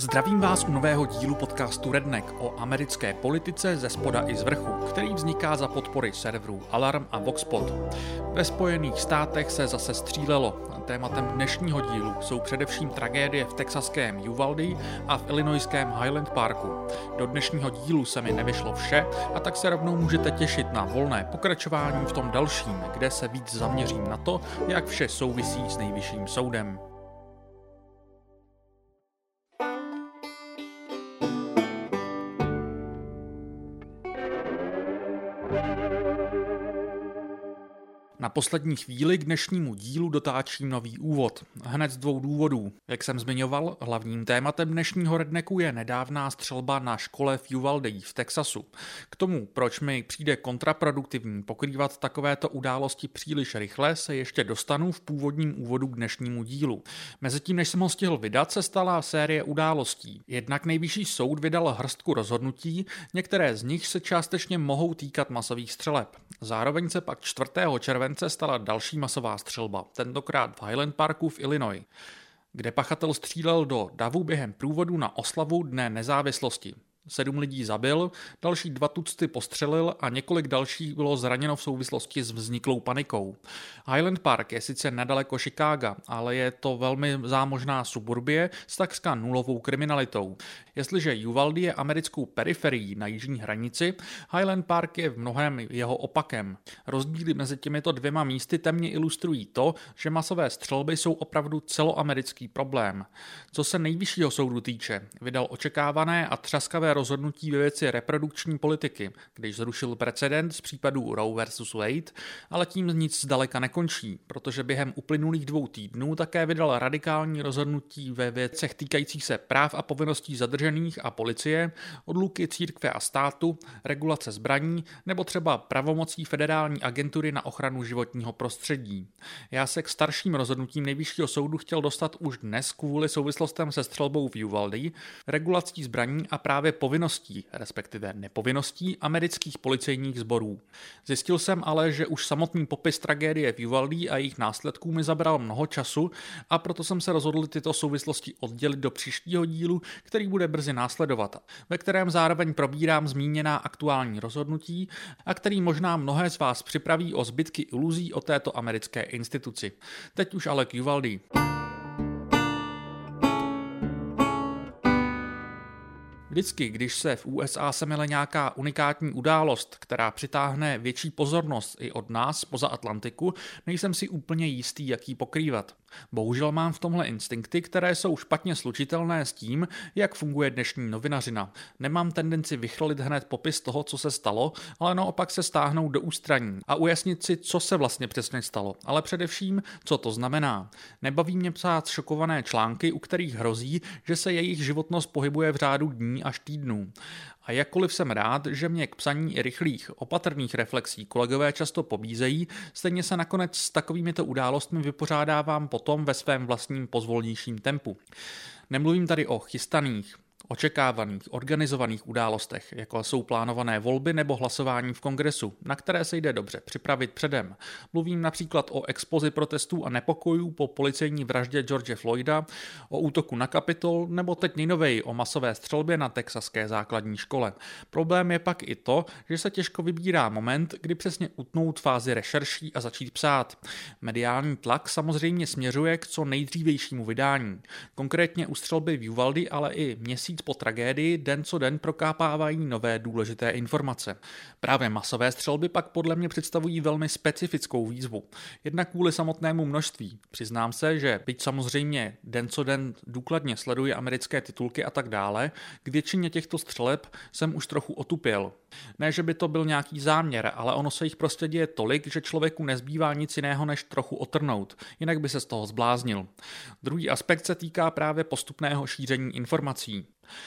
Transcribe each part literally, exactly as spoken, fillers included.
Zdravím vás u nového dílu podcastu Redneck o americké politice ze spoda i z vrchu, který vzniká za podpory serverů Alarm a Voxpod. Ve Spojených státech se zase střílelo. Tématem dnešního dílu jsou především tragédie v texaském Uvalde a v illinoiském Highland Parku. Do dnešního dílu se mi nevyšlo vše a tak se rovnou můžete těšit na volné pokračování v tom dalším, kde se víc zaměřím na to, jak vše souvisí s nejvyšším soudem. Na poslední chvíli k dnešnímu dílu dotáčím nový úvod. Hned z dvou důvodů. Jak jsem zmiňoval, hlavním tématem dnešního rednecku je nedávná střelba na škole v Uvalde v Texasu. K tomu, proč mi přijde kontraproduktivní pokrývat takovéto události příliš rychle, se ještě dostanu v původním úvodu k dnešnímu dílu. Mezitím, než jsem ho stihl vydat, se stala série událostí. Jednak nejvyšší soud vydal hrstku rozhodnutí, některé z nich se částečně mohou týkat masových střeleb. Zároveň se pak čtvrtého července stala další masová střelba, tentokrát v Highland Parku v Illinois, kde pachatel střílel do davu během průvodu na oslavu Dne nezávislosti. Sedm lidí zabil, další dva tucty postřelil a několik dalších bylo zraněno v souvislosti s vzniklou panikou. Highland Park je sice nedaleko Chicaga, ale je to velmi zámožná suburbie s takřka nulovou kriminalitou. Jestliže Uvalde je americkou periferií na jižní hranici, Highland Park je v mnohém jeho opakem. Rozdíly mezi těmito dvěma místy temně ilustrují to, že masové střelby jsou opravdu celoamerický problém. Co se nejvyššího soudu týče, vydal očekávané a třaskavé rozhodnutí ve věci reprodukční politiky, když zrušil precedent z případů Roe versus Wade, ale tím nic zdaleka nekončí, protože během uplynulých dvou týdnů také vydal radikální rozhodnutí ve věcech týkajících se práv a povinností zadržených a policie, odluky církve a státu, regulace zbraní nebo třeba pravomocí federální agentury na ochranu životního prostředí. Já se k starším rozhodnutím nejvyššího soudu chtěl dostat už dnes kvůli souvislostem se střelbou v Uvalde, regulací zbraní a právě povinností, respektive nepovinností amerických policejních sborů. Zjistil jsem ale, že už samotný popis tragédie v Uvalde a jejich následků mi zabral mnoho času a proto jsem se rozhodl tyto souvislosti oddělit do příštího dílu, který bude brzy následovat, ve kterém zároveň probírám zmíněná aktuální rozhodnutí a který možná mnohé z vás připraví o zbytky iluzí o této americké instituci. Teď už ale k Uvalde. Vždycky, když se v U S A semele nějaká unikátní událost, která přitáhne větší pozornost i od nás poza Atlantiku, nejsem si úplně jistý, jak ji pokrývat. Bohužel mám v tomhle instinkty, které jsou špatně slučitelné s tím, jak funguje dnešní novinařina. Nemám tendenci vychvalit hned popis toho, co se stalo, ale naopak se stáhnout do ústraní a ujasnit si, co se vlastně přesně stalo, ale především, co to znamená. Nebaví mě psát šokované články, u kterých hrozí, že se jejich životnost pohybuje v řádu dní až týdnů. A jakkoliv jsem rád, že mě k psaní i rychlých, opatrných reflexí kolegové často pobízejí, stejně se nakonec s takovýmito událostmi vypořádávám potom ve svém vlastním pozvolnějším tempu. Nemluvím tady o chystaných, očekávaných, organizovaných událostech, jako jsou plánované volby nebo hlasování v kongresu, na které se jde dobře připravit předem. Mluvím například o explozi protestů a nepokojů po policejní vraždě George Floyda, o útoku na Kapitol nebo teď nejnověji o masové střelbě na texaské základní škole. Problém je pak i to, že se těžko vybírá moment, kdy přesně utnout fázi rešerší a začít psát. Mediální tlak samozřejmě směřuje k co nejdřívějšímu vydání. Konkrétně u střelby v Uvalde, ale i měsíc po tragédii den co den prokápávají nové důležité informace. Právě masové střelby pak podle mě představují velmi specifickou výzvu. Jednak kvůli samotnému množství. Přiznám se, že byť samozřejmě den co den důkladně sleduji americké titulky a tak dále, k většině těchto střeleb jsem už trochu otupěl. Ne, že by to byl nějaký záměr, ale ono se jich prostě děje tolik, že člověku nezbývá nic jiného, než trochu otrnout, jinak by se z toho zbláznil. Druhý aspekt se týká právě postupného šíření informací.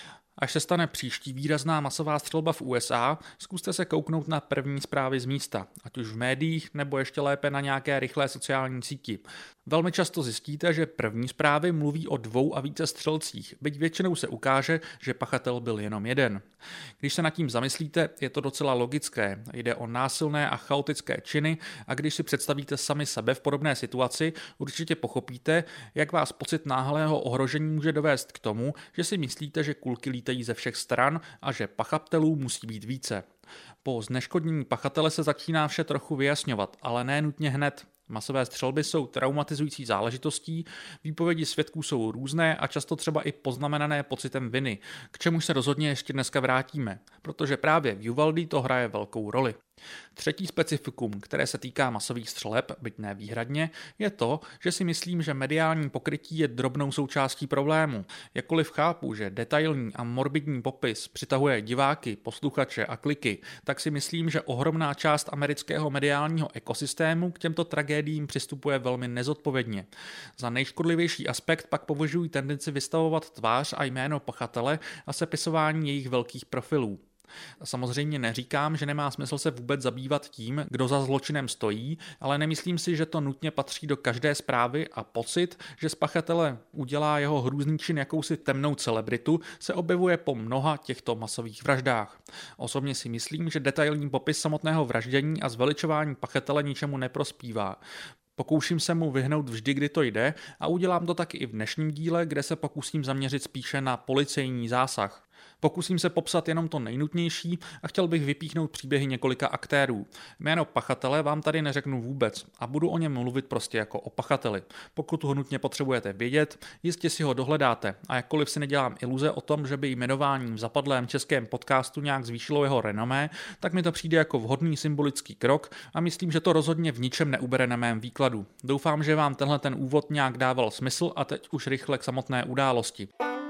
Až se stane příští výrazná masová střelba v U S A, zkuste se kouknout na první zprávy z místa, ať už v médiích nebo ještě lépe na nějaké rychlé sociální síti. Velmi často zjistíte, že první zprávy mluví o dvou a více střelcích, byť většinou se ukáže, že pachatel byl jenom jeden. Když se nad tím zamyslíte, je to docela logické. Jde o násilné a chaotické činy a když si představíte sami sebe v podobné situaci, určitě pochopíte, jak vás pocit náhlého ohrožení může dovést k tomu, že si myslíte, že kulky lítají ze všech stran a že pachatelů musí být více. Po zneškodnění pachatele se začíná vše trochu vyjasňovat, ale ne nutně hned. Masové střelby jsou traumatizující záležitostí, výpovědi svědků jsou různé a často třeba i poznamenané pocitem viny, k čemu se rozhodně ještě dneska vrátíme, protože právě v Uvaldi to hraje velkou roli. Třetí specifikum, které se týká masových střeleb, byť ne výhradně, je to, že si myslím, že mediální pokrytí je drobnou součástí problému. Jakkoliv chápu, že detailní a morbidní popis přitahuje diváky, posluchače a kliky, tak si myslím, že ohromná část amerického mediálního ekosystému k těmto tragédiím přistupuje velmi nezodpovědně. Za nejškodlivější aspekt pak považuji tendenci vystavovat tvář a jméno pachatele a sepisování jejich velkých profilů. Samozřejmě neříkám, že nemá smysl se vůbec zabývat tím, kdo za zločinem stojí, ale nemyslím si, že to nutně patří do každé zprávy a pocit, že z pachatele udělá jeho hrůzný čin jakousi temnou celebritu, se objevuje po mnoha těchto masových vraždách. Osobně si myslím, že detailní popis samotného vraždění a zveličování pachatele ničemu neprospívá. Pokouším se mu vyhnout vždy, kdy to jde a udělám to taky i v dnešním díle, kde se pokusím zaměřit spíše na policejní zásah. Pokusím se popsat jenom to nejnutnější a chtěl bych vypíchnout příběhy několika aktérů. Jméno pachatele vám tady neřeknu vůbec a budu o něm mluvit prostě jako o pachateli. Pokud ho nutně potřebujete vědět, jistě si ho dohledáte a jakkoliv si nedělám iluze o tom, že by jmenováním v zapadlém českém podcastu nějak zvýšilo jeho renomé, tak mi to přijde jako vhodný symbolický krok a myslím, že to rozhodně v ničem neubere na mém výkladu. Doufám, že vám tenhle ten úvod nějak dával smysl a teď už rychle k samotné události.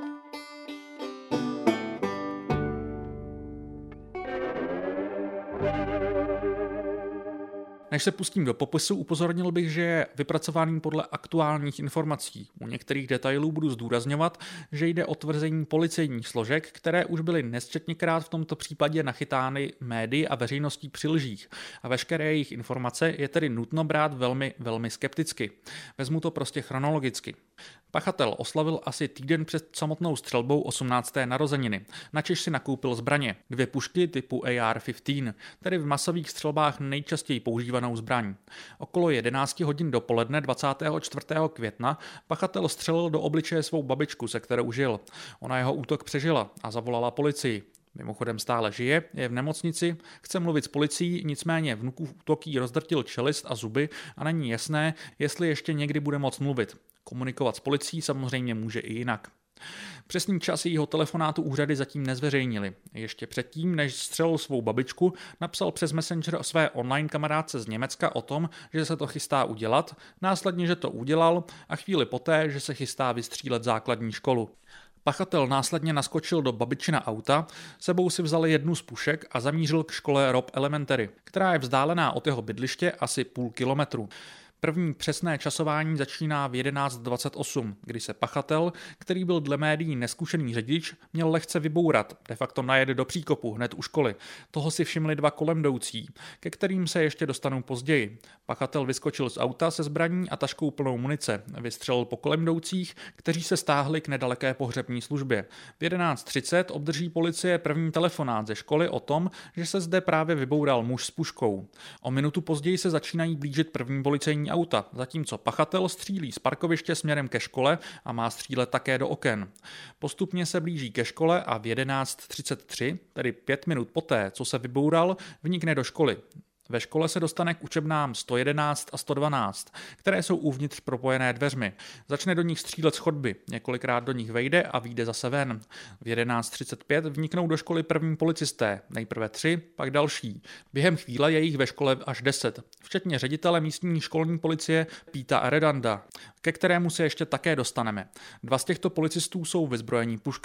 Než se pustím do popisu, upozornil bych, že je vypracovaný podle aktuálních informací. U některých detailů budu zdůrazňovat, že jde o tvrzení policejních složek, které už byly nesčetněkrát v tomto případě nachytány médii a veřejností při lžích. A veškeré jejich informace je tedy nutno brát velmi, velmi skepticky. Vezmu to prostě chronologicky. Pachatel oslavil asi týden před samotnou střelbou osmnácté narozeniny, načež si nakoupil zbraně, dvě pušky typu A R patnáct, tedy v masových střelbách nejčastěji používanou zbraň. Okolo jedenácti hodin dopoledne dvacátého čtvrtého května pachatel střelil do obličeje svou babičku, se kterou žil. Ona jeho útok přežila a zavolala policii. Mimochodem stále žije, je v nemocnici, chce mluvit s policií, nicméně vnukův útok jí rozdrtil čelist a zuby a není jasné, jestli ještě někdy bude moct mluvit. Komunikovat s policií samozřejmě může i jinak. Přesný čas jejího telefonátu úřady zatím nezveřejnili. Ještě předtím, než střelil svou babičku, napsal přes Messenger své online kamarádce z Německa o tom, že se to chystá udělat, následně, že to udělal a chvíli poté, že se chystá vystřílet základní školu. Pachatel následně naskočil do babičina auta, sebou si vzal jednu z pušek a zamířil k škole Robb Elementary, která je vzdálená od jeho bydliště asi půl kilometru. První přesné časování začíná v jedenáct dvacet osm, kdy se pachatel, který byl dle médií neskušený řidič, měl lehce vybourat, de facto najet do příkopu hned u školy. Toho si všimli dva kolem jdoucí, ke kterým se ještě dostanou později. Pachatel vyskočil z auta se zbraní a taškou plnou munice, vystřelil po kolem jdoucích, kteří se stáhli k nedaleké pohřební službě. V jedenáct třicet obdrží policie první telefonát ze školy o tom, že se zde právě vyboural muž s puškou. O minutu později se začínají blížit první policejní auta, zatímco pachatel střílí z parkoviště směrem ke škole a má střílet také do oken. Postupně se blíží ke škole a v jedenáct třicet tři, tedy pět minut poté, co se vyboural, vnikne do školy. Ve škole se dostane k učebnám sto jedenáct a sto dvanáct, které jsou uvnitř propojené dveřmi. Začne do nich střílet z chodby, několikrát do nich vejde a vyjde zase ven. V jedenáct třicet pět vniknou do školy první policisté, nejprve tři, pak další. Během chvíle je jich ve škole až deset, včetně ředitele místní školní policie Peta Aredanda, ke kterému se ještě také dostaneme. Dva z těchto policistů jsou vyzbrojení puškami.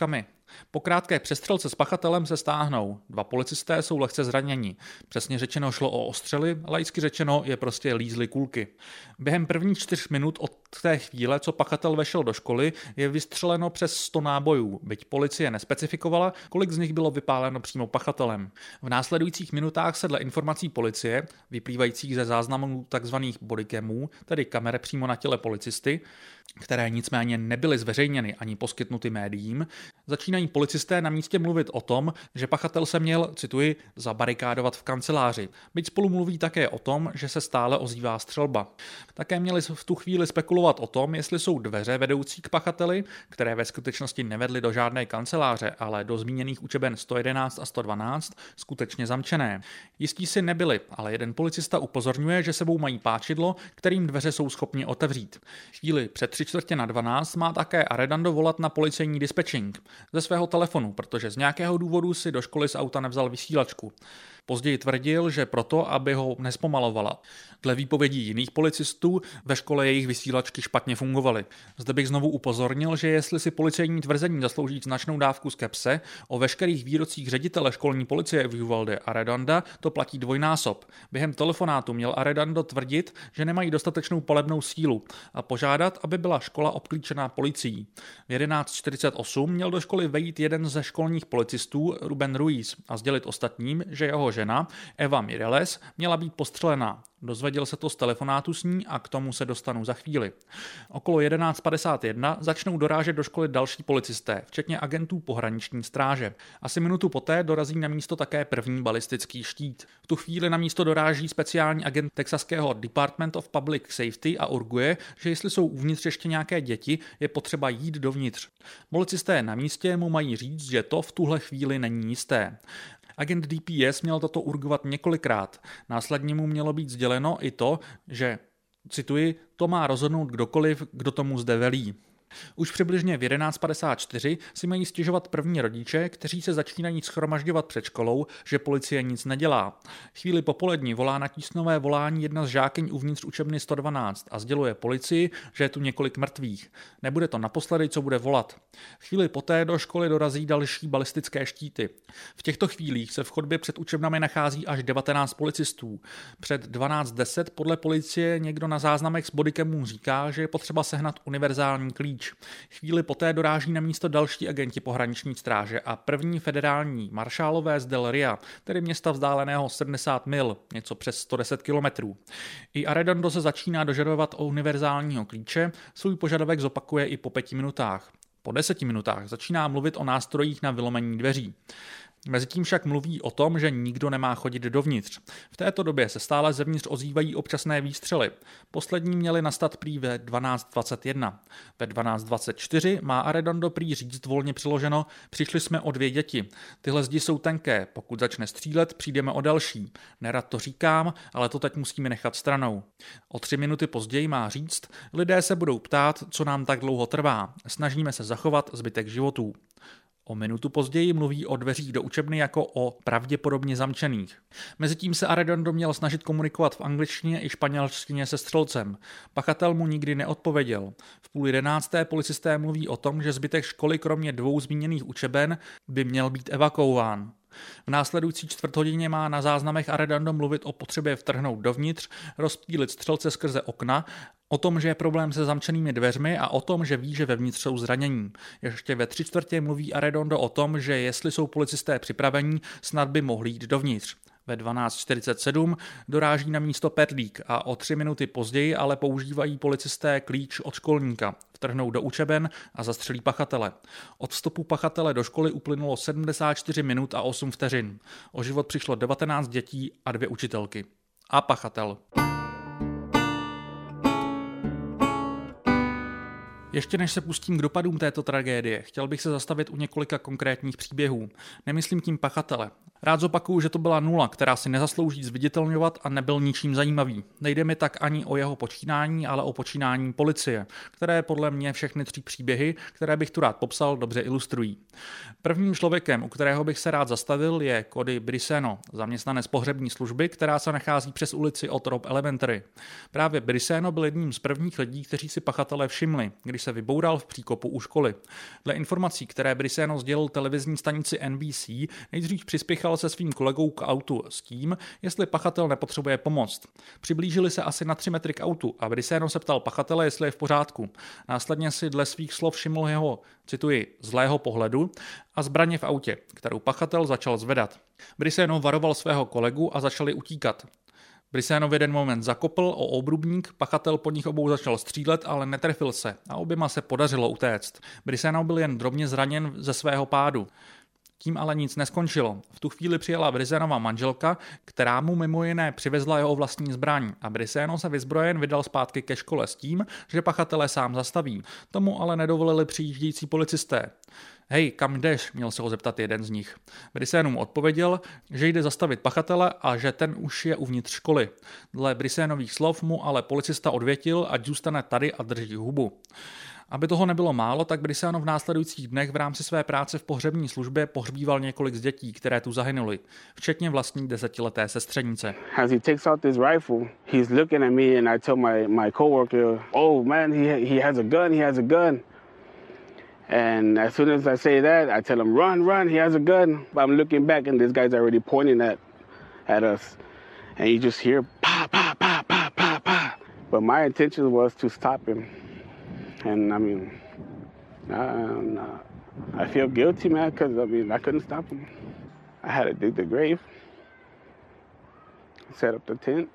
Po krátké přestřelce s pachatelem se stáhnou. Dva policisté jsou lehce zraněni. Přesně řečeno šlo o ostřely, laicky řečeno je prostě lízly kulky. Během prvních čtyř minut od té chvíle, co pachatel vešel do školy, je vystřeleno přes sto nábojů, byť policie nespecifikovala, kolik z nich bylo vypáleno přímo pachatelem. V následujících minutách se dle informací policie, vyplývajících ze záznamů tzv. Bodycamů, tedy kamer přímo na těle policisty, které nicméně nebyly zveřejněny ani poskytnuty médiím, začínají policisté na místě mluvit o tom, že pachatel se měl, cituji, zabarikádovat v kanceláři. Byť spolu mluví také o tom, že se stále ozývá střelba. Také měli v tu chvíli spekulovat o tom, jestli jsou dveře vedoucí k pachateli, které ve skutečnosti nevedly do žádné kanceláře, ale do zmíněných učeben sto jedenáct a sto dvanáct, skutečně zamčené. Jistí si nebyli, ale jeden policista upozorňuje, že sebou mají páčidlo, kterým dveře jsou schopni otevřít. Chvíli před tři čtvrtě na dvanáct má také Arredondo volat na policejní dispečing ze svého telefonu, protože z nějakého důvodu si do školy z auta nevzal vysílačku. Později tvrdil, že proto, aby ho nespomalovala. Dle výpovědí jiných policistů ve škole jejich vysílačky špatně fungovaly. Zde bych znovu upozornil, že jestli si policejní tvrzení zaslouží značnou dávku skepse, o veškerých výrocích ředitele školní policie v Uvalde Arredonda to platí dvojnásob. Během telefonátu měl Arredondo tvrdit, že nemají dostatečnou palebnou sílu a požádat, aby byla škola obklíčená policií. V jedenáct čtyřicet osm měl do školy vejít jeden ze školních policistů, Ruben Ruiz, a sdělit ostatním, že jeho žena, Eva Mireles, měla být postřelená. Dozvěděl se to z telefonátu s ní a k tomu se dostanu za chvíli. Okolo jedenáct padesát jedna začnou dorážet do školy další policisté, včetně agentů pohraniční stráže. Asi minutu poté dorazí na místo také první balistický štít. V tu chvíli na místo doráží speciální agent texaského Department of Public Safety a urguje, že jestli jsou uvnitř ještě nějaké děti, je potřeba jít dovnitř. Policisté na místě mu mají říct, že to v tuhle chvíli není jisté. Agent D P S měl toto urgovat několikrát. Následně mu mělo být sděleno i to, že, cituji, to má rozhodnout kdokoliv, kdo tomu zde velí. Už přibližně v jedenáct padesát čtyři si mají stěžovat první rodiče, kteří se začínají shromažďovat před školou, že policie nic nedělá. Chvíli popolední volá na tísňové volání jedna z žákyň uvnitř učebny sto dvanáct a sděluje policii, že je tu několik mrtvých. Nebude to naposledy, co bude volat. Chvíli poté do školy dorazí další balistické štíty. V těchto chvílích se v chodbě před učebnami nachází až devatenáct policistů. Před dvanáct deset podle policie někdo na záznamech z bodycamu říká, že je potřeba sehnat univerzální klíč. Chvíli poté doráží na místo další agenti pohraniční stráže a první federální maršálové z Del Ria, tedy města vzdáleného sedmdesát mil, něco přes sto deset kilometrů. I Arredondo se začíná dožadovat o univerzálního klíče, svůj požadavek zopakuje i po pěti minutách. Po deseti minutách začíná mluvit o nástrojích na vylomení dveří. Mezitím však mluví o tom, že nikdo nemá chodit dovnitř. V této době se stále zevnitř ozývají občasné výstřely. Poslední měly nastat prý ve dvanáct dvacet jedna. Ve dvanáct dvacet čtyři má Arredondo prý říct volně přeloženo: přišli jsme o dvě děti. Tyhle zdi jsou tenké, pokud začne střílet, přijdeme o další. Nerad to říkám, ale to teď musíme nechat stranou. O tři minuty později má říct: lidé se budou ptát, co nám tak dlouho trvá. Snažíme se zachovat zbytek životů. O minutu později mluví o dveřích do učebny jako o pravděpodobně zamčených. Mezitím se Arredondo měl snažit komunikovat v angličtině i španělštině se střelcem. Pachatel mu nikdy neodpověděl. V půl jedenácté policisté mluví o tom, že zbytek školy kromě dvou zmíněných učeben by měl být evakuován. V následující čtvrthodině má na záznamech Arredondo mluvit o potřebě vtrhnout dovnitř, rozptýlit střelce skrze okna, o tom, že je problém se zamčenými dveřmi a o tom, že ví, že vevnitř jsou zranění. Ještě ve tři čtvrtě mluví Arredondo o tom, že jestli jsou policisté připravení, snad by mohli jít dovnitř. Ve dvanáct čtyřicet sedm doráží na místo perlík a o tři minuty později ale používají policisté klíč od školníka. Vtrhnou do učeben a zastřelí pachatele. Od vstupu pachatele do školy uplynulo sedmdesát čtyři minut a osm vteřin. O život přišlo devatenáct dětí a dvě učitelky. A pachatel. Ještě než se pustím k dopadům této tragédie, chtěl bych se zastavit u několika konkrétních příběhů. Nemyslím tím pachatele. Rád zopakuju, že to byla nula, která si nezaslouží zviditelňovat a nebyl ničím zajímavý. Nejde mi tak ani o jeho počínání, ale o počínání policie, které podle mě všechny tři příběhy, které bych tu rád popsal, dobře ilustrují. Prvním člověkem, u kterého bych se rád zastavil, je Cody Briseno, zaměstnanec pohřební služby, která se nachází přes ulici od Robb Elementary. Právě Briseno byl jedním z prvních lidí, kteří si pachatelé všimli, když se vyboural v příkopu u školy. Dle informací, které Briseno sdělil televizní stanici N B C, nejdřív přispěchal se svým kolegou k autu s tím, jestli pachatel nepotřebuje pomoc. Přiblížili se asi na tři metry k autu a Briseno se ptal pachatele, jestli je v pořádku. Následně si dle svých slov všiml jeho, cituji, zlého pohledu a zbraně v autě, kterou pachatel začal zvedat. Briseno varoval svého kolegu a začali utíkat. Briseno v jeden moment zakopl o obrubník, pachatel po nich obou začal střílet, ale netrefil se a oběma se podařilo utéct. Briseno byl jen drobně zraněn ze svého pádu. Tím ale nic neskončilo. V tu chvíli přijela Brisenova manželka, která mu mimo jiné přivezla jeho vlastní zbraň a Briseno se vyzbrojen vydal zpátky ke škole s tím, že pachatele sám zastaví. Tomu ale nedovolili přijíždějící policisté. Hej, kam jdeš? Měl se ho zeptat jeden z nich. Briseno mu odpověděl, že jde zastavit pachatele a že ten už je uvnitř školy. Dle Brisenových slov mu ale policista odvětil, ať zůstane tady a drží hubu. Aby toho nebylo málo, tak Briseno v následujících dnech v rámci své práce v pohřební službě pohřbíval několik z dětí, které tu zahynuly, včetně vlastní desetileté sestřenice. As he takes out this rifle, he's looking at me and I tell my my coworker, "Oh man, he he has a gun, he has a gun." And as soon as I say that, I tell him, "Run, run, he has a gun." But I'm looking back and this guy's already pointing at at us. And you just hear pa pa pa pa pa pa. But my intention was to stop him. And I mean, uh, I feel guilty, man, because I mean, I couldn't stop him. I had to dig the grave, set up the tent,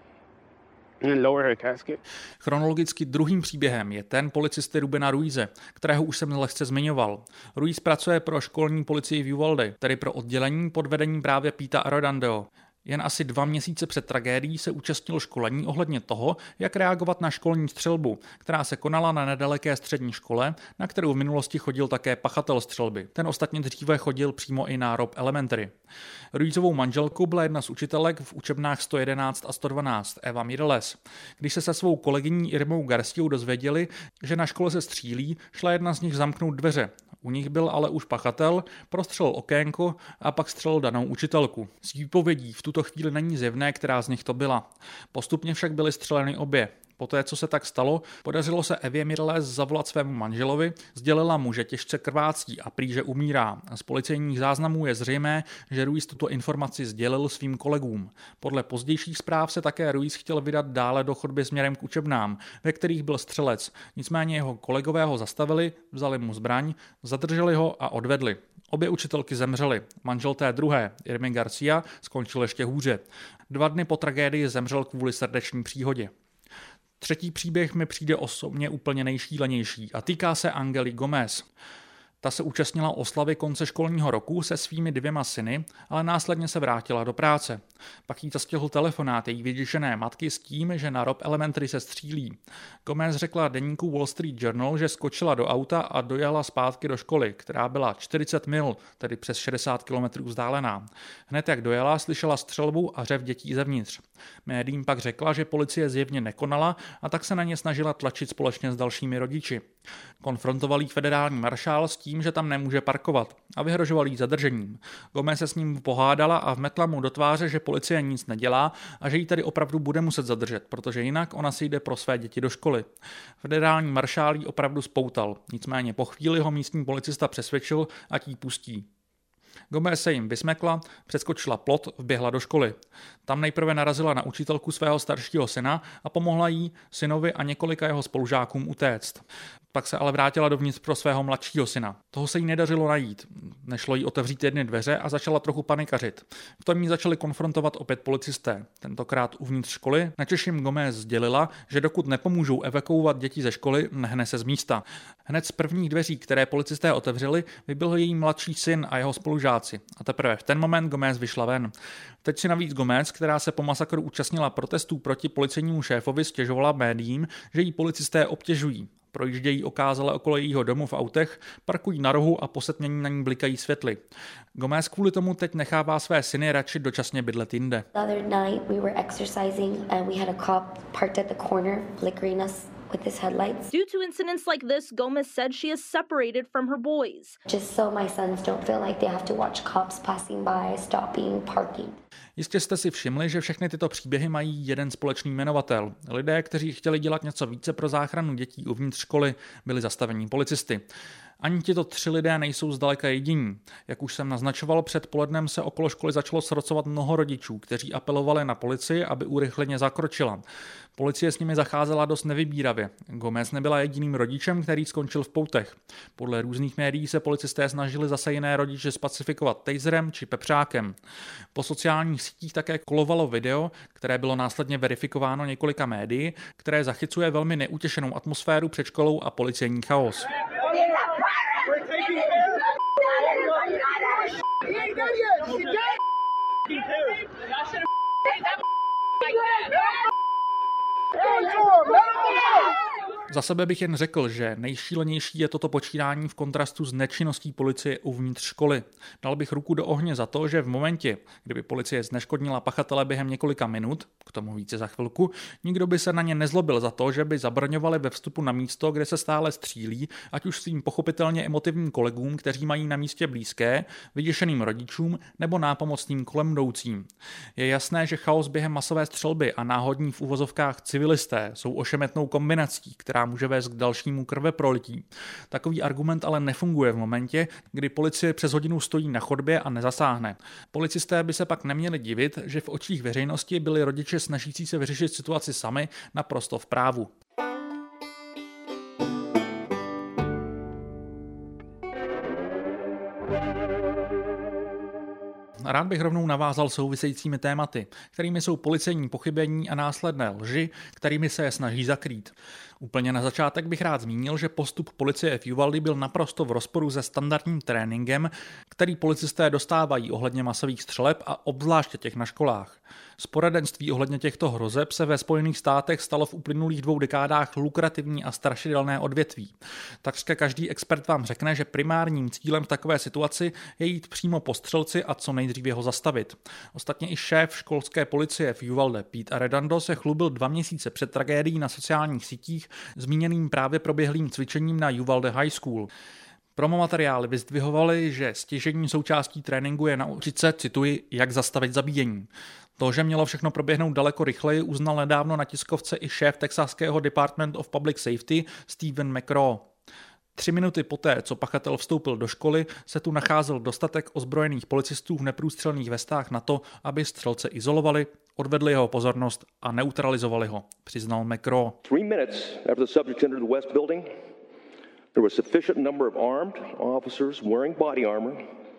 and lower her casket. Chronologicky druhým příběhem je ten policisty Rubena Ruize, kterého už jsem lehce zmiňoval. Ruiz pracuje pro školní policii v Uvalde, tedy pro oddělení pod vedením právě Peta Arredondo. Jen asi dva měsíce před tragédií se účastnil školení ohledně toho, jak reagovat na školní střelbu, která se konala na nedaleké střední škole, na kterou v minulosti chodil také pachatel střelby. Ten ostatně dříve chodil přímo i na Robb Elementary. Ruizovou manželkou byla jedna z učitelek v učebnách sto jedenáct a sto dvanáct, Eva Mireles. Když se se svou kolegyní Irmou Garciou dozvěděli, že na škole se střílí, šla jedna z nich zamknout dveře. U nich byl ale už pachatel, prostřelil okénko a pak střelil danou učitelku. Z výpovědí v tuto chvíli není zjevné, která z nich to byla. Postupně však byly střeleny obě. Poté, co se tak stalo, podařilo se Evě Mireles zavolat svému manželovi, sdělila mu, že těžce krvácí a prý, že umírá. Z policejních záznamů je zřejmé, že Ruiz tuto informaci sdělil svým kolegům. Podle pozdějších zpráv se také Ruiz chtěl vydat dále do chodby směrem k učebnám, ve kterých byl střelec. Nicméně jeho kolegové ho zastavili, vzali mu zbraň, zadrželi ho a odvedli. Obě učitelky zemřely. Manžel té druhé, Irmy Garcia, skončil ještě hůře. Dva dny po tragédii zemřel kvůli srdeční příhodě. Třetí příběh mi přijde osobně úplně nejšílenější a týká se Angely Gomez. Ta se účastnila oslavy konce školního roku se svými dvěma syny, ale následně se vrátila do práce. Pak jí zastihl telefonát její vyděšené matky s tím, že na Robb Elementary se střílí. Gomez řekla deníku Wall Street Journal, že skočila do auta a dojela zpátky do školy, která byla čtyřicet mil, tedy přes šedesát kilometrů vzdálená. Hned jak dojela, slyšela střelbu a řev dětí zevnitř. Médiím pak řekla, že policie zjevně nekonala a tak se na ně snažila tlačit společně s dalšími rodiči. Konfrontoval jí federální maršál s tím, že tam nemůže parkovat a vyhrožoval jí zadržením. Gomez se s ním pohádala a vmetla mu do tváře, že policie nic nedělá a že jí tady opravdu bude muset zadržet, protože jinak ona si jde pro své děti do školy. Federální maršál jí opravdu spoutal, nicméně po chvíli ho místní policista přesvědčil, ať jí pustí. Gomez se jim vysmekla, přeskočila plot, vběhla do školy. Tam nejprve narazila na učitelku svého staršího syna a pomohla jí, synovi a několika jeho spolužákům utéct. Pak se ale vrátila dovnitř pro svého mladšího syna. Toho se jí nedařilo najít. Nešlo jí otevřít jedny dveře a začala trochu panikařit. V tom jí začali konfrontovat opět policisté. Tentokrát uvnitř školy, načež jim Gomez sdělila, že dokud nepomůžou evakuovat děti ze školy, nehne se z místa. Hned z prvních dveří, které policisté otevřeli, vyběhl její mladší syn a jeho spolužáci. A teprve v ten moment Gomez vyšla ven. Teď si navíc Gomez, která se po masakru účastnila protestů proti policejnímu šéfovi, stěžovala médiím, že jí policisté obtěžují. Projíždějí okázale okolo jejího domu v autech, parkují na rohu a posetmění na ní blikají světly. Gomez kvůli tomu teď nechává své syny radši dočasně bydlet jinde. The other night we were exercising and we had a cop parked at the corner flickering us with his headlights. Due to incidents like this, Gomez said she is separated from her boys. Just so my sons don't feel like they have to watch cops passing by, stopping, parking. Jistě jste si všimli, že všechny tyto příběhy mají jeden společný jmenovatel. Lidé, kteří chtěli dělat něco více pro záchranu dětí uvnitř školy, byli zastavení policisty. Ani tito tři lidé nejsou zdaleka jediní. Jak už jsem naznačoval, před polednem se okolo školy začalo srocovat mnoho rodičů, kteří apelovali na policii, aby urychleně zakročila. Policie s nimi zacházela dost nevybíravě. Gomez nebyla jediným rodičem, který skončil v poutech. Podle různých médií se policisté snažili zase jiné rodiče spacifikovat taserem či pepřákem. Po sociálních sítích také kolovalo video, které bylo následně verifikováno několika médií, které zachycuje velmi neutěšenou atmosféru před školou a policejní chaos. Za sebe bych jen řekl, že nejšílenější je toto počítání v kontrastu s nečinností policie uvnitř školy. Dal bych ruku do ohně za to, že v momentě, kdyby policie zneškodnila pachatele během několika minut, k tomu více za chvilku, nikdo by se na ně nezlobil za to, že by zabraňovali ve vstupu na místo, kde se stále střílí, ať už svým pochopitelně emotivním kolegům, kteří mají na místě blízké, vyděšeným rodičům nebo nápomocným kolem jdoucím. Je jasné, že chaos během masové střelby a náhodní v uvozovkách civilisté jsou ošemetnou kombinací, která může vést k dalšímu krveprolití. Takový argument ale nefunguje v momentě, kdy policie přes hodinu stojí na chodbě a nezasáhne. Policisté by se pak neměli divit, že v očích veřejnosti byli rodiče snažící se vyřešit situaci sami naprosto v právu. Rád bych rovnou navázal souvisejícími tématy, kterými jsou policejní pochybení a následné lži, kterými se je snaží zakrýt. Úplně na začátek bych rád zmínil, že postup policie v Uvalde byl naprosto v rozporu se standardním tréninkem, který policisté dostávají ohledně masových střeleb a obzvláště těch na školách. Z poradenství ohledně těchto hrozeb se ve Spojených státech stalo v uplynulých dvou dekádách lukrativní a strašidelné odvětví. Takřka každý expert vám řekne, že primárním cílem v takové situaci je jít přímo po střelci a co nejdříve ho zastavit. Ostatně i šéf školské policie v Uvalde Pete Arredondo se chlubil dva měsíce před tragédií na sociálních sítích zmíněným právě proběhlým cvičením na Uvalde High School. Promomateriály vyzdvihovaly, že stěžejní součástí tréninku je naučit se, cituji, jak zastavit zabíjení. To, že mělo všechno proběhnout daleko rychleji, uznal nedávno na tiskovce i šéf texaského Department of Public Safety Stephen McCraw. Tři minuty poté, co pachatel vstoupil do školy, se tu nacházel dostatek ozbrojených policistů v neprůstřelných vestách na to, aby střelce izolovali, odvedli jeho pozornost a neutralizovali ho, přiznal McCraw. Three minutes after the subject entered the West Building, there was sufficient number of armed officers wearing body armor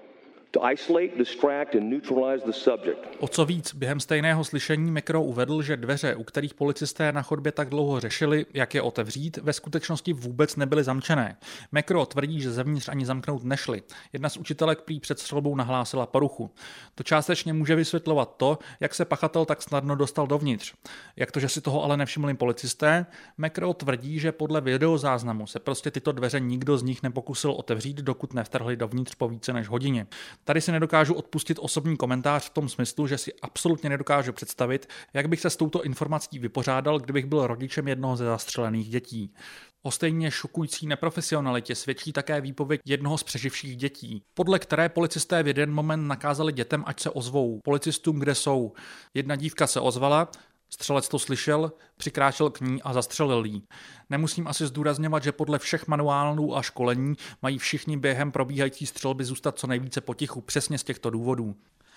to isolate, distract and neutralize the subject. O co víc, během stejného slyšení McCraw uvedl, že dveře, u kterých policisté na chodbě tak dlouho řešili, jak je otevřít, ve skutečnosti vůbec nebyly zamčené. McCraw tvrdí, že zevnitř ani zamknout nešli. Jedna z učitelek prý před střelbou nahlásila poruchu. To částečně může vysvětlovat to, jak se pachatel tak snadno dostal dovnitř. Jak to, že si toho ale nevšimli policisté? McCraw tvrdí, že podle videozáznamu se prostě tyto dveře nikdo z nich nepokusil otevřít, dokud nevtrhli dovnitř po více než hodině. Tady si nedokážu odpustit osobní komentář v tom smyslu, že si absolutně nedokážu představit, jak bych se s touto informací vypořádal, kdybych byl rodičem jednoho ze zastřelených dětí. O stejně šokující neprofesionalitě svědčí také výpověď jednoho z přeživších dětí, podle které policisté v jeden moment nakázali dětem, ať se ozvou policistům, kde jsou. Jedna dívka se ozvala, střelec to slyšel, přikráčel k ní a zastřelil jí. Nemusím asi zdůrazňovat, že podle všech manuálů a školení mají všichni během probíhající střelby zůstat co nejvíce potichu přesně z těchto důvodů.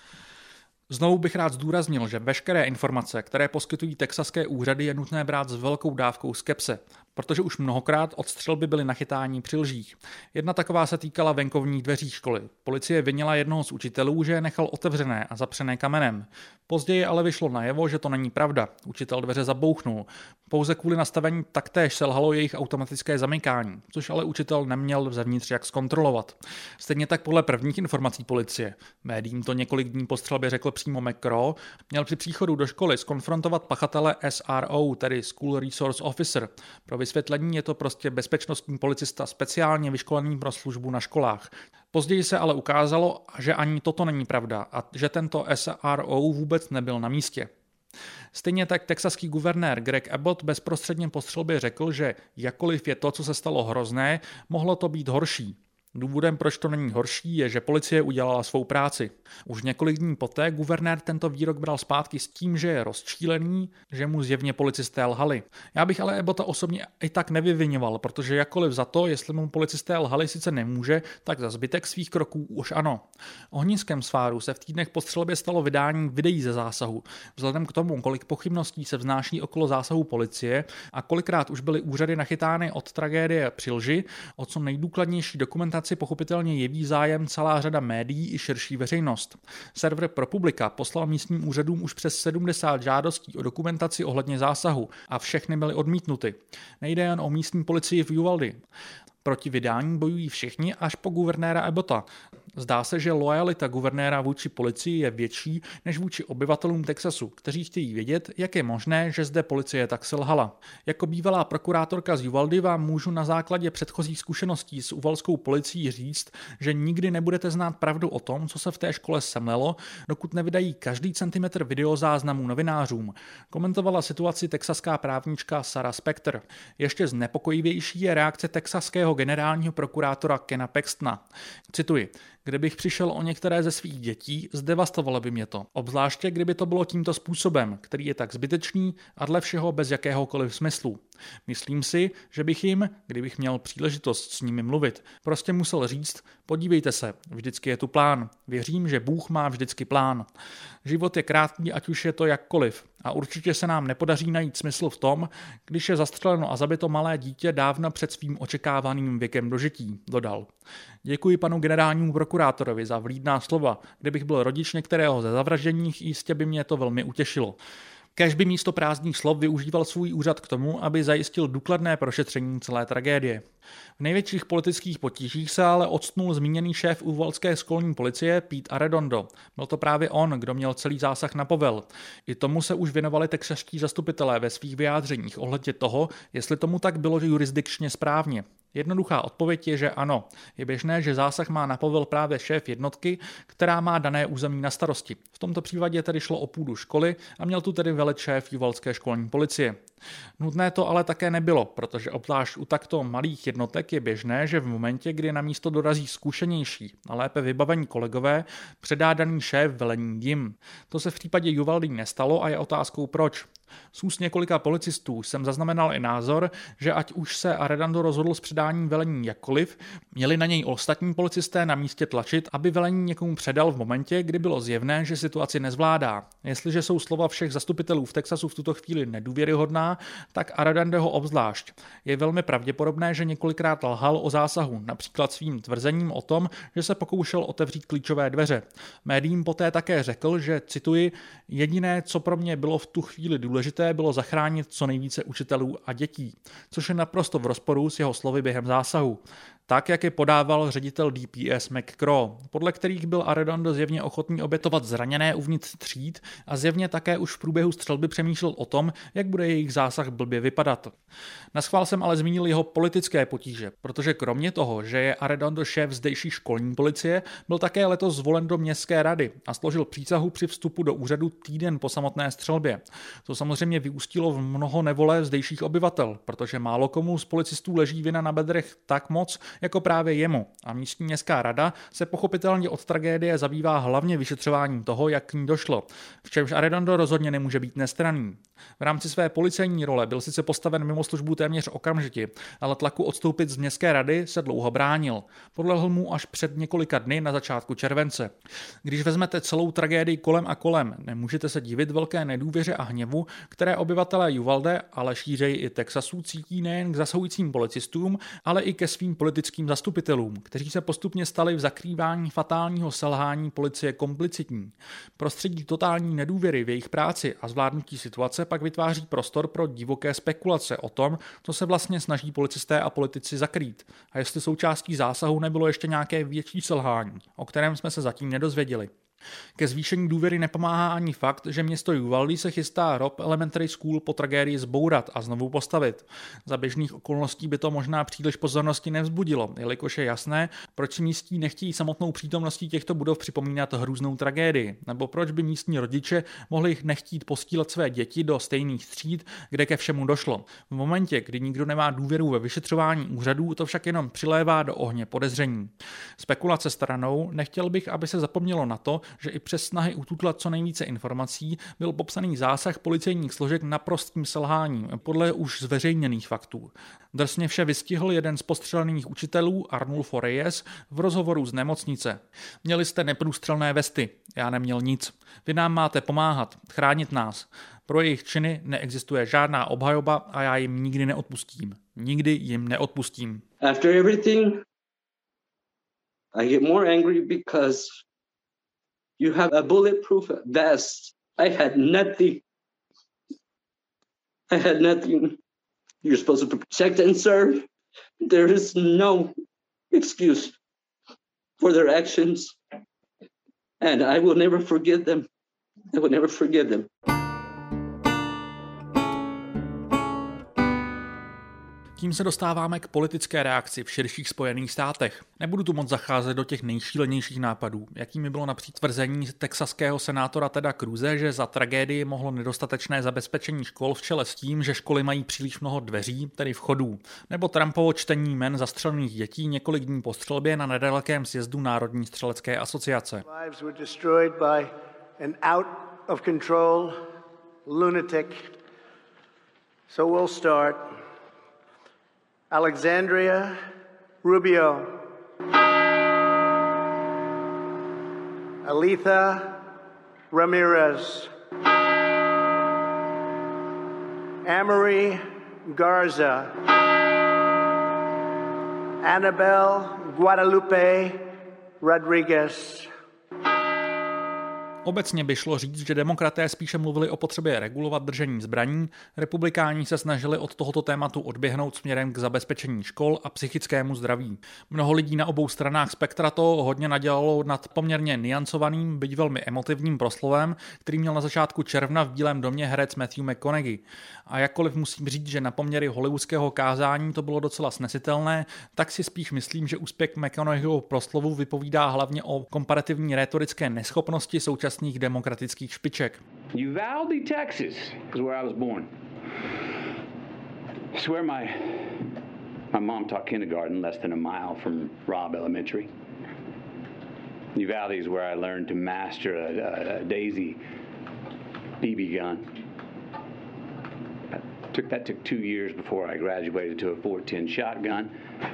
Znovu bych rád zdůraznil, že veškeré informace, které poskytují texaské úřady, je nutné brát s velkou dávkou skepse, protože už mnohokrát od střelby byly nachytáni při lžích. Jedna taková se týkala venkovních dveří školy. Policie vinila jednoho z učitelů, že je nechal otevřené a zapřené kamenem. Později ale vyšlo najevo, že to není pravda. Učitel dveře zabouchnul. Pouze kvůli nastavení taktéž selhalo jejich automatické zamykání, což ale učitel neměl zevnitř jak zkontrolovat. Stejně tak podle prvních informací policie. Médiím to několik dní po střelbě řekl přímo McCraw, měl při příchodu do školy skonfrontovat pachatele S R O, tedy School Resource Officer. Pro vysvětlení, je to prostě bezpečnostní policista speciálně vyškolený pro službu na školách. Později se ale ukázalo, že ani toto není pravda a že tento S R O vůbec nebyl na místě. Stejně tak texaský guvernér Greg Abbott bezprostředně po střelbě řekl, že jakkoliv je to, co se stalo, hrozné, mohlo to být horší. Důvodem, proč to není horší, je, že policie udělala svou práci. Už několik dní poté guvernér tento výrok bral zpátky s tím, že je rozčílený, že mu zjevně policisté lhali. Já bych ale Abbotta osobně i tak nevyviňoval, protože jakkoliv za to, jestli mu policisté lhali, sice nemůže, tak za zbytek svých kroků už ano. Ohniskem sváru se v týdnech po střelbě stalo vydání videí ze zásahu. Vzhledem k tomu, kolik pochybností se vznáší okolo zásahu policie a kolikrát už byly úřady nachytány od tragédie při lži, o co nejdůkladnější dokumentaci pochopitelně jeví zájem celá řada médií i širší veřejnost. Server ProPublica poslal místním úřadům už přes sedmdesát žádostí o dokumentaci ohledně zásahu a všechny byly odmítnuty. Nejde jen o místní policii v Uvalde. Proti vydání bojují všichni až po guvernéra Abbotta. Zdá se, že loajalita guvernéra vůči policii je větší než vůči obyvatelům Texasu, kteří chtějí vědět, jak je možné, že zde policie tak selhala. Jako bývalá prokurátorka z Uvaldy vám můžu na základě předchozích zkušeností s uvalskou policií říct, že nikdy nebudete znát pravdu o tom, co se v té škole semlelo, dokud nevydají každý centimetr videozáznamů novinářům. Komentovala situaci texaská právnička Sarah Specter. Ještě znepokojivější je reakce texaského generálního prokurátora Kena Paxtona. Cituji: Kdybych přišel o některé ze svých dětí, zdevastovalo by mě to. Obzvláště, kdyby to bylo tímto způsobem, který je tak zbytečný a dle všeho bez jakéhokoliv smyslu. Myslím si, že bych jim, kdybych měl příležitost s nimi mluvit, prostě musel říct: podívejte se, vždycky je tu plán. Věřím, že Bůh má vždycky plán. Život je krátký, ať už je to jakkoliv. A určitě se nám nepodaří najít smysl v tom, když je zastřeleno a zabito malé dítě dávno před svým očekávaným věkem dožití, dodal. Děkuji panu generálnímu prokurátorovi za vlídná slova. Kdybych byl rodič některého ze zavražděných, jistě by mě to velmi utěšilo. Kéž by místo prázdných slov využíval svůj úřad k tomu, aby zajistil důkladné prošetření celé tragédie. V největších politických potížích se ale odstnul zmíněný šéf uvalské školní policie Pete Arredondo. Byl to právě on, kdo měl celý zásah na povel. I tomu se už věnovali texaští zastupitelé ve svých vyjádřeních ohledně toho, jestli tomu tak bylo jurisdikčně správně. Jednoduchá odpověď je, že ano. Je běžné, že zásah má na povel právě šéf jednotky, která má dané území na starosti. V tomto případě tedy šlo o půdu školy a měl tu tedy velet šéf uvalské školní policie. Nutné to ale také nebylo, protože obzvlášť u takto malých jednotek je běžné, že v momentě, kdy na místo dorazí zkušenější a lépe vybavení kolegové, předá daný šéf velení jim. To se v případě Uvaldy nestalo a je otázkou proč. Z úst několika policistů jsem zaznamenal i názor, že ať už se Arredondo rozhodl s předáním velení jakkoliv, měli na něj ostatní policisté na místě tlačit, aby velení někomu předal v momentě, kdy bylo zjevné, že situaci nezvládá. Jestliže jsou slova všech zastupitelů v Texasu v tuto chvíli nedůvěryhodná, tak Arredondo ho obzvlášť. Je velmi pravděpodobné, že několikrát lhal o zásahu, například svým tvrzením o tom, že se pokoušel otevřít klíčové dveře. Médiím poté také řekl, že, cituji, jediné, co pro mě bylo v tu chvíli důležité, bylo zachránit co nejvíce učitelů a dětí, což je naprosto v rozporu s jeho slovy během zásahu. Tak, jak je podával ředitel D P S McCraw, podle kterých byl Arredondo zjevně ochotný obětovat zraněné uvnitř tříd a zjevně také už v průběhu střelby přemýšlel o tom, jak bude jejich zásah blbě vypadat. Naschvál jsem ale zmínil jeho politické potíže, protože kromě toho, že je Arredondo šéf zdejší školní policie, byl také letos zvolen do městské rady a složil přísahu při vstupu do úřadu týden po samotné střelbě. To samozřejmě vyústilo v mnoho nevole zdejších obyvatel, protože málo komu z policistů leží vina na bedrech tak moc, jako právě jemu. A místní městská rada se pochopitelně od tragédie zabývá hlavně vyšetřováním toho, jak k ní došlo, v čemž Arredondo rozhodně nemůže být nestranný. V rámci své policejní role byl sice postaven mimo službu téměř okamžitě, ale tlaku odstoupit z městské rady se dlouho bránil. Podlehl mu až před několika dny na začátku července. Když vezmete celou tragédii kolem a kolem, nemůžete se divit velké nedůvěře a hněvu, které obyvatelé Uvalde, ale šířeji i Texasu cítí nejen k zasahujícím policistům, ale i ke svým politickým zastupitelům, kteří se postupně stali v zakrývání fatálního selhání policie komplicitní. Prostředí totální nedůvěry v jejich práci a zvládnutí situace pak vytváří prostor pro divoké spekulace o tom, co se vlastně snaží policisté a politici zakrýt a jestli součástí zásahu nebylo ještě nějaké větší selhání, o kterém jsme se zatím nedozvěděli. Ke zvýšení důvěry nepomáhá ani fakt, že město Uvalde se chystá Robb Elementary School po tragédii zbourat a znovu postavit. Za běžných okolností by to možná příliš pozornosti nevzbudilo, jelikož je jasné, proč si místní nechtějí samotnou přítomností těchto budov připomínat hrůznou tragédii, nebo proč by místní rodiče mohli nechtít posílat své děti do stejných tříd, kde ke všemu došlo. V momentě, kdy nikdo nemá důvěru ve vyšetřování úřadů, to však jenom přilévá do ohně podezření. Spekulace stranou, nechtěl bych, aby se zapomnělo na to, že i přes snahy ututlat co nejvíce informací byl popsaný zásah policejních složek naprostým selháním, podle už zveřejněných faktů. Drsně vše vystihl jeden z postřelených učitelů, Arnulfo Reyes, v rozhovoru z nemocnice. Měli jste neprůstřelné vesty, já neměl nic. Vy nám máte pomáhat, chránit nás. Pro jejich činy neexistuje žádná obhajoba a já jim nikdy neodpustím. Nikdy jim neodpustím. After everything, I get more angry because you have a bulletproof vest. I had nothing. I had nothing. You're supposed to protect and serve. There is no excuse for their actions. And I will never forgive them. I will never forgive them. Tím se dostáváme k politické reakci v širších Spojených státech. Nebudu tu moc zacházet do těch nejšílenějších nápadů, jakými bylo například tvrzení texaského senátora Teda Cruze, že za tragédii mohlo nedostatečné zabezpečení škol v čele s tím, že školy mají příliš mnoho dveří, tedy vchodů, nebo Trumpovo čtení jmen zastřelených dětí několik dní po střelbě na nedalekém sjezdu Národní střelecké asociace. Lives were destroyed by an out of control lunatic. So we'll start. Alexandria Rubio, Aletha Ramirez, Amory Garza, Annabelle Guadalupe Rodriguez. Obecně by šlo říct, že demokraté spíše mluvili o potřebě regulovat držení zbraní, republikáni se snažili od tohoto tématu odběhnout směrem k zabezpečení škol a psychickému zdraví. Mnoho lidí na obou stranách spektra to hodně nadělalo nad poměrně niancovaným, byť velmi emotivním proslovem, který měl na začátku června v Bílém domě herec Matthew McConaughey. A jakkoliv musím říct, že na poměry hollywoodského kázání to bylo docela snesitelné, tak si spíš myslím, že úspěch McConaugheyho proslovu vypovídá hlavně o komparativní rétorické neschopnosti současných demokratických špiček. Uvalde, Texas is where I was born. It's where my my mom taught kindergarten less than a mile from Robb Elementary. Uvalde is where I learned to master a, a, a Daisy B B gun. Took that took two years before I graduated to a four ten shotgun.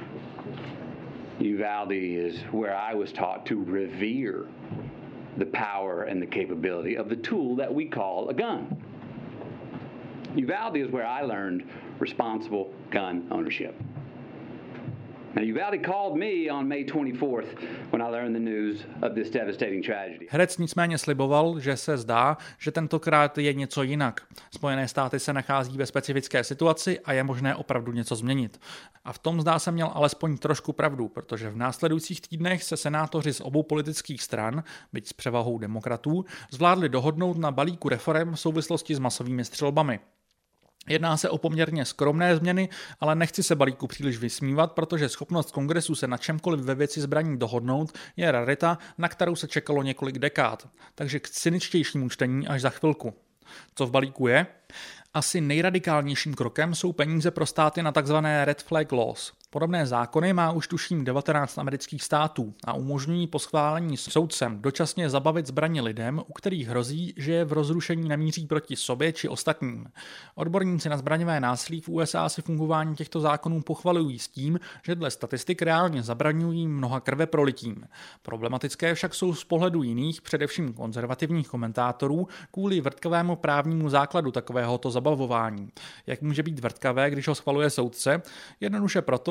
Uvalde is where I was taught to revere the power and the capability of the tool that we call a gun. Uvalde is where I learned responsible gun ownership. Now, Uvalde called me on May twenty-fourth when I learned the news of this devastating tragedy. Herec nicméně sliboval, že se zdá, že tentokrát je něco jinak. Spojené státy se nachází ve specifické situaci a je možné opravdu něco změnit. A v tom zdá se měl alespoň trošku pravdu, protože v následujících týdnech se senátoři z obou politických stran, byť s převahou demokratů, zvládli dohodnout na balíku reforem v souvislosti s masovými střelbami. Jedná se o poměrně skromné změny, ale nechci se balíku příliš vysmívat, protože schopnost kongresu se na čemkoliv ve věci zbraní dohodnout je rarita, na kterou se čekalo několik dekád. Takže k cyničtějšímu čtení až za chvilku. Co v balíku je? Asi nejradikálnějším krokem jsou peníze pro státy na tzv. Red Flag Laws. Podobné zákony má už tuším devatenáct amerických států a umožňují po schválení soudcem dočasně zabavit zbraně lidem, u kterých hrozí, že je v rozrušení namíří proti sobě či ostatním. Odborníci na zbraňové násilí v U S A si fungování těchto zákonů pochvalují s tím, že dle statistik reálně zabraňují mnoha krveprolitím. Problematické však jsou z pohledu jiných, především konzervativních komentátorů, kvůli vrtkavému právnímu základu takovéhoto zabavování. Jak může být vrtkavé, když ho schvaluje soudce? Jednoduše proto,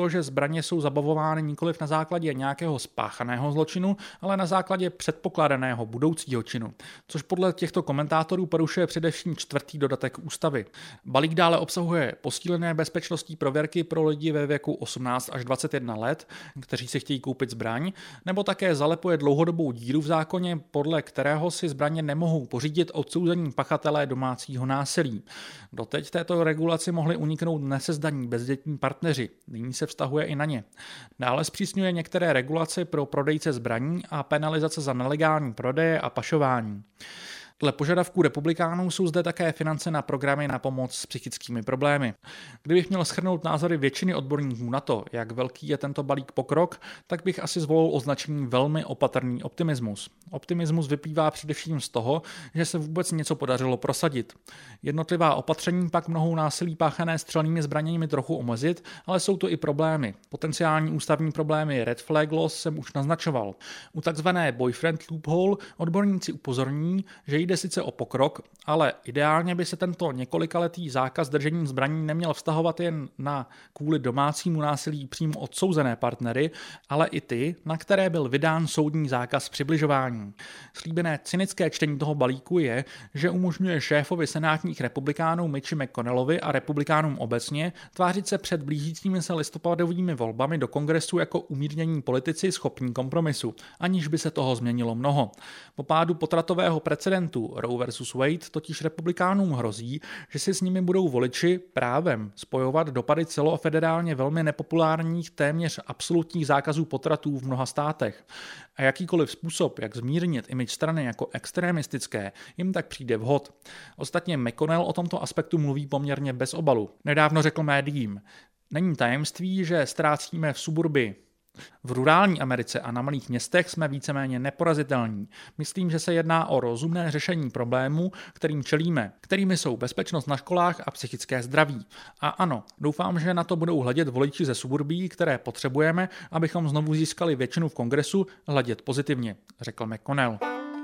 to, že zbraně jsou zabavovány nikoliv na základě nějakého spáchaného zločinu, ale na základě předpokládaného budoucího činu, což podle těchto komentátorů porušuje především čtvrtý dodatek ústavy. Balík dále obsahuje posílené bezpečnostní prověrky pro lidi ve věku osmnáct až dvacet jedna let, kteří si chtějí koupit zbraň, nebo také zalepuje dlouhodobou díru v zákoně, podle kterého si zbraně nemohou pořídit odsouzení pachatelé domácího násilí. Doteď této regulaci mohli uniknout nesezdaní bezdětní partneři, nyní se vztahuje i na ně. Dále zpřísňuje některé regulace pro prodejce zbraní a penalizace za nelegální prodeje a pašování. Dle požadavků republikánů jsou zde také finance na programy na pomoc s psychickými problémy. Kdybych měl shrnout názory většiny odborníků na to, jak velký je tento balík pokrok, tak bych asi zvolil označení velmi opatrný optimismus. Optimismus vyplývá především z toho, že se vůbec něco podařilo prosadit. Jednotlivá opatření pak mohou násilí páchané střelnými zbraněmi trochu omezit, ale jsou to i problémy. Potenciální ústavní problémy red flag laws jsem už naznačoval. U takzvané boyfriend loophole odborníci upozorní, že jde sice o pokrok, ale ideálně by se tento několikaletý zákaz držení zbraní neměl vztahovat jen na kvůli domácímu násilí přímo odsouzené partnery, ale i ty, na které byl vydán soudní zákaz přibližování. Slíbené cynické čtení toho balíku je, že umožňuje šéfovi senátních republikánů Mitchi McConnellovi a republikánům obecně tvářit se před blížícími se listopadovými volbami do kongresu jako umírnění politici schopní kompromisu, aniž by se toho změnilo mnoho. Po pádu potratového precedentu Roe versus Wade totiž republikánům hrozí, že si s nimi budou voliči právem spojovat dopady celofederálně velmi nepopulárních téměř absolutních zákazů potratů v mnoha státech. A jakýkoliv způsob, jak zmírnit image strany jako extremistické, jim tak přijde vhod. Ostatně McConnell o tomto aspektu mluví poměrně bez obalu. Nedávno řekl médiím: není tajemství, že ztrácíme v suburbii. V rurální Americe a na malých městech jsme víceméně neporazitelní. Myslím, že se jedná o rozumné řešení problémů, kterým čelíme, kterými jsou bezpečnost na školách a psychické zdraví. A ano, doufám, že na to budou hledět voliči ze suburbií, které potřebujeme, abychom znovu získali většinu v kongresu, hledět pozitivně, řekl McConnell.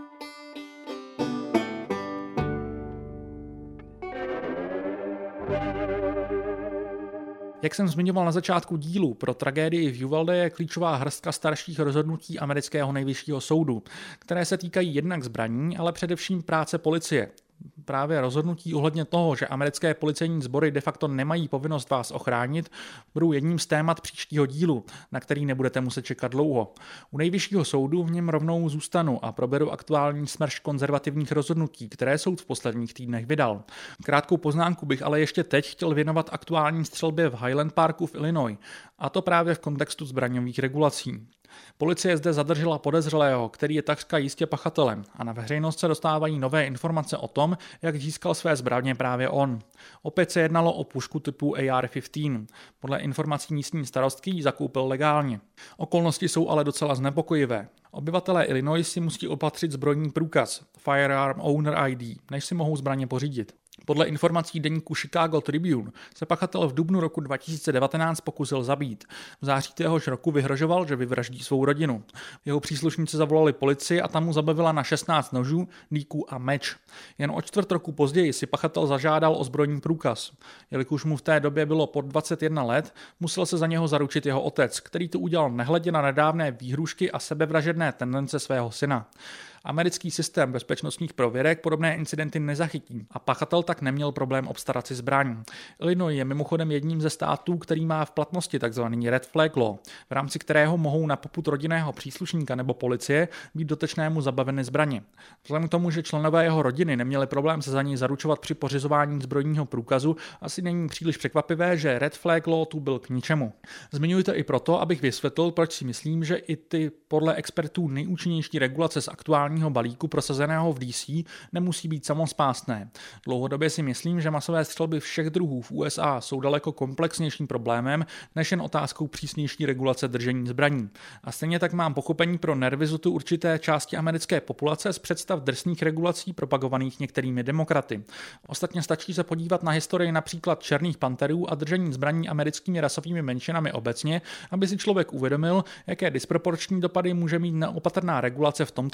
Jak jsem zmiňoval na začátku dílu, pro tragédii v Uvalde je klíčová hrstka starších rozhodnutí amerického nejvyššího soudu, které se týkají jednak zbraní, ale především práce policie. Právě rozhodnutí ohledně toho, že americké policejní sbory de facto nemají povinnost vás ochránit, budou jedním z témat příštího dílu, na který nebudete muset čekat dlouho. U nejvyššího soudu v něm rovnou zůstanu a proberu aktuální smršť konzervativních rozhodnutí, které soud v posledních týdnech vydal. Krátkou poznámku bych ale ještě teď chtěl věnovat aktuální střelbě v Highland Parku v Illinois, a to právě v kontextu zbraňových regulací. Policie zde zadržela podezřelého, který je takřka jistě pachatelem, a na veřejnost se dostávají nové informace o tom, jak získal své zbraně právě on. Opět se jednalo o pušku typu A R patnáct. Podle informací místní starostky ji zakoupil legálně. Okolnosti jsou ale docela znepokojivé. Obyvatelé Illinois si musí opatřit zbrojní průkaz, Firearm Owner I D, než si mohou zbraně pořídit. Podle informací deníku Chicago Tribune se pachatel v dubnu roku dva tisíce devatenáct pokusil zabít. V září téhož roku vyhrožoval, že vyvraždí svou rodinu. Jeho příslušníci zavolali policii a tam mu zabavila na šestnáct nožů, dýků a meč. Jen o čtvrt roku později si pachatel zažádal o zbrojní průkaz. Jelikož mu v té době bylo pod dvacet jedna let, musel se za něho zaručit jeho otec, který to udělal nehledě na nedávné výhrušky a sebevražedné tendence svého syna. Americký systém bezpečnostních prověrek podobné incidenty nezachytí a pachatel tak neměl problém obstarat si zbraň. Illinois je mimochodem jedním ze států, který má v platnosti tzv. Red Flag Law, v rámci kterého mohou na popud rodinného příslušníka nebo policie být dotyčnému zabaveny zbraně. Vzhledem k tomu, že členové jeho rodiny neměli problém se za něj zaručovat při pořizování zbrojního průkazu, asi není příliš překvapivé, že Red Flag Law tu byl k ničemu. Zmiňuji to i proto, abych vysvětlil, proč si myslím, že i ty podle expertů nejúčinnější regulace z aktuální balíku prosazeného v D C nemusí být samospásné. Dlouhodobě si myslím, že masové střelby všech druhů v U S A jsou daleko komplexnějším problémem než jen otázkou přísnější regulace držení zbraní. A stejně tak mám pochopení pro nervizitu určité části americké populace z představ drsných regulací propagovaných některými demokraty. Ostatně stačí se podívat na historii například černých panterů a držení zbraní americkými rasovými menšinami obecně, aby si člověk uvědomil, jaké disproporční dopady může mít neopatrná regulace v tomto ohledu.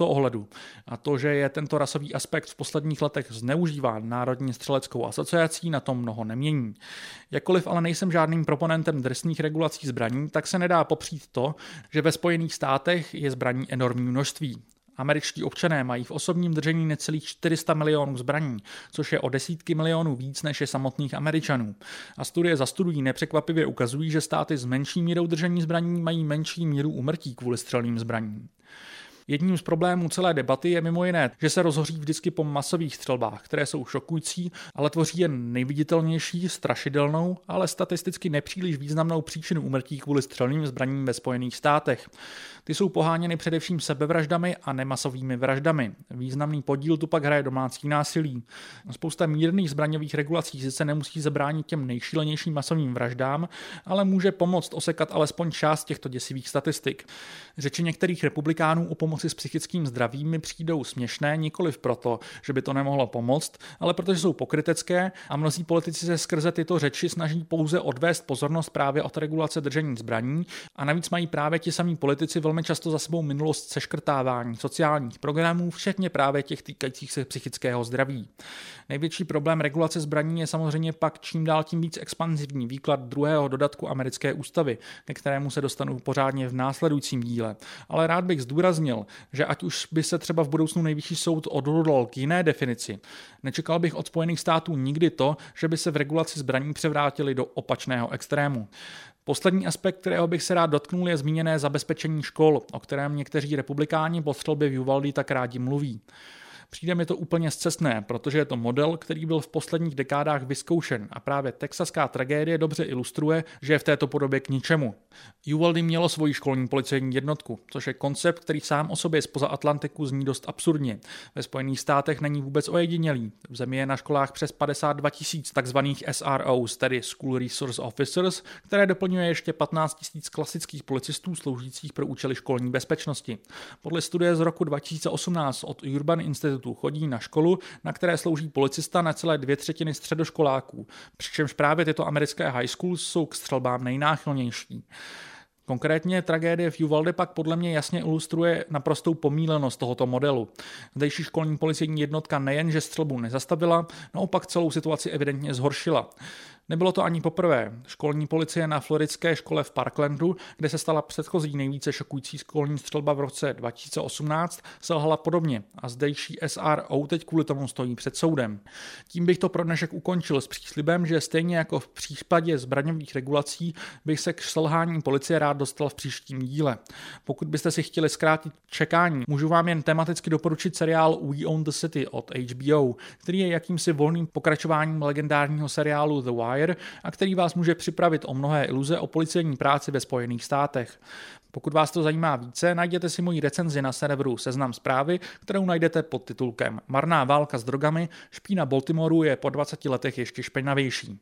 A to, že je tento rasový aspekt v posledních letech zneužíván Národní střeleckou asociací, na tom mnoho nemění. Jakkoliv ale nejsem žádným proponentem drsných regulací zbraní, tak se nedá popřít to, že ve Spojených státech je zbraní enormní množství. Američtí občané mají v osobním držení necelých čtyři sta milionů zbraní, což je o desítky milionů víc než je samotných Američanů. A studie za studií nepřekvapivě ukazují, že státy s menší mírou držení zbraní mají menší míru úmrtí kvůli střelným zbraním. Jedním z problémů celé debaty je mimo jiné, že se rozhoří vždycky po masových střelbách, které jsou šokující, ale tvoří jen nejviditelnější, strašidelnou, ale statisticky nepříliš významnou příčinu úmrtí kvůli střelným zbraním ve Spojených státech. Ty jsou poháněny především sebevraždami a nemasovými vraždami. Významný podíl tu pak hraje domácí násilí. Spousta mírných zbraňových regulací sice nemusí zabránit těm nejšílenějším masovým vraždám, ale může pomoct osekat alespoň část těchto děsivých statistik. Řeči některých republikánů o pomoci s psychickým zdravím mi přijdou směšné, nikoliv proto, že by to nemohlo pomoct, ale protože jsou pokrytecké a mnozí politici se skrze tyto řeči snaží pouze odvést pozornost právě od regulace držení zbraní a navíc mají právě ti samí politici velmi často za sebou minulost seškrtávání sociálních programů, včetně právě těch týkajících se psychického zdraví. Největší problém regulace zbraní je samozřejmě pak čím dál tím víc expanzivní výklad druhého dodatku americké ústavy, ke kterému se dostanu pořádně v následujícím díle. Ale rád bych zdůraznil, že ať už by se třeba v budoucnu nejvyšší soud odhodlal k jiné definici, nečekal bych od Spojených států nikdy to, že by se v regulaci zbraní převrátili do opačného extrému. Poslední aspekt, kterého bych se rád dotknul, je zmíněné zabezpečení škol, o kterém někteří republikáni po střelbě v Uvalde tak rádi mluví. Přijde mi to úplně scestné, protože je to model, který byl v posledních dekádách vyzkoušen a právě texaská tragédie dobře ilustruje, že je v této podobě k ničemu. Uvalde mělo svoji školní policejní jednotku, což je koncept, který sám o sobě zpoza Atlantiku zní dost absurdně. Ve Spojených státech není vůbec ojedinělý. V zemi je na školách přes padesát dva tisíc takzvaných S R Os, tedy School Resource Officers, které doplňuje ještě patnáct tisíc klasických policistů sloužících pro účely školní bezpečnosti. Podle studie z roku dva tisíce osmnáct od Urban Institute chodí na školu, na které slouží policista na celé dvě třetiny středoškoláků, přičemž právě tyto americké high schools jsou k střelbám nejnáchylnější. Konkrétně tragédie v Uvalde pak podle mě jasně ilustruje naprostou pomílenost tohoto modelu. Zdejší školní policejní jednotka nejen, že střelbu nezastavila, naopak celou situaci evidentně zhoršila. Nebylo to ani poprvé. Školní policie na floridské škole v Parklandu, kde se stala předchozí nejvíce šokující školní střelba v roce dva tisíce osmnáct, selhala podobně a zdejší S R O teď kvůli tomu stojí před soudem. Tím bych to pro dnešek ukončil s příslibem, že stejně jako v případě zbraňových regulací bych se k selhání policie rád dostal v příštím díle. Pokud byste si chtěli zkrátit čekání, můžu vám jen tematicky doporučit seriál We Own the City od H B O, který je jakýmsi volným pokračováním legendárního seriálu The Wire a který vás může připravit o mnohé iluze o policejní práci ve Spojených státech. Pokud vás to zajímá více, najděte si moji recenzi na serveru Seznam Zprávy, kterou najdete pod titulkem Marná válka s drogami, špína Baltimoru je po dvaceti letech ještě špinavější.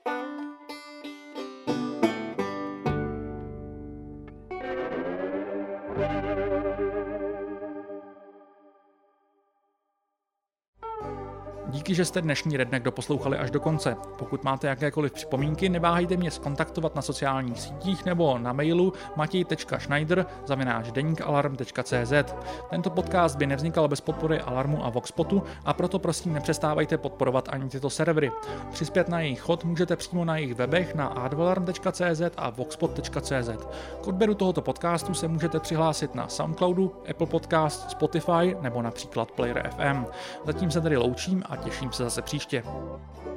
Díky, že jste dnešní Redneck doposlouchali až do konce. Pokud máte jakékoliv připomínky, neváhejte mě zkontaktovat na sociálních sítích nebo na mailu matěj tečka schneider zavináč deník alarm tečka cé zet. Tento podcast by nevznikal bez podpory Alarmu a Voxpotu a proto prosím nepřestávajte podporovat ani tyto servery. Přispět na jejich chod můžete přímo na jejich webech na advalarm tečka cé zet a voxpot tečka cé zet. K odběru tohoto podcastu se můžete přihlásit na Soundcloudu, Apple Podcast, Spotify nebo například Player F M. Zatím se tedy loučím a těším se zase příště.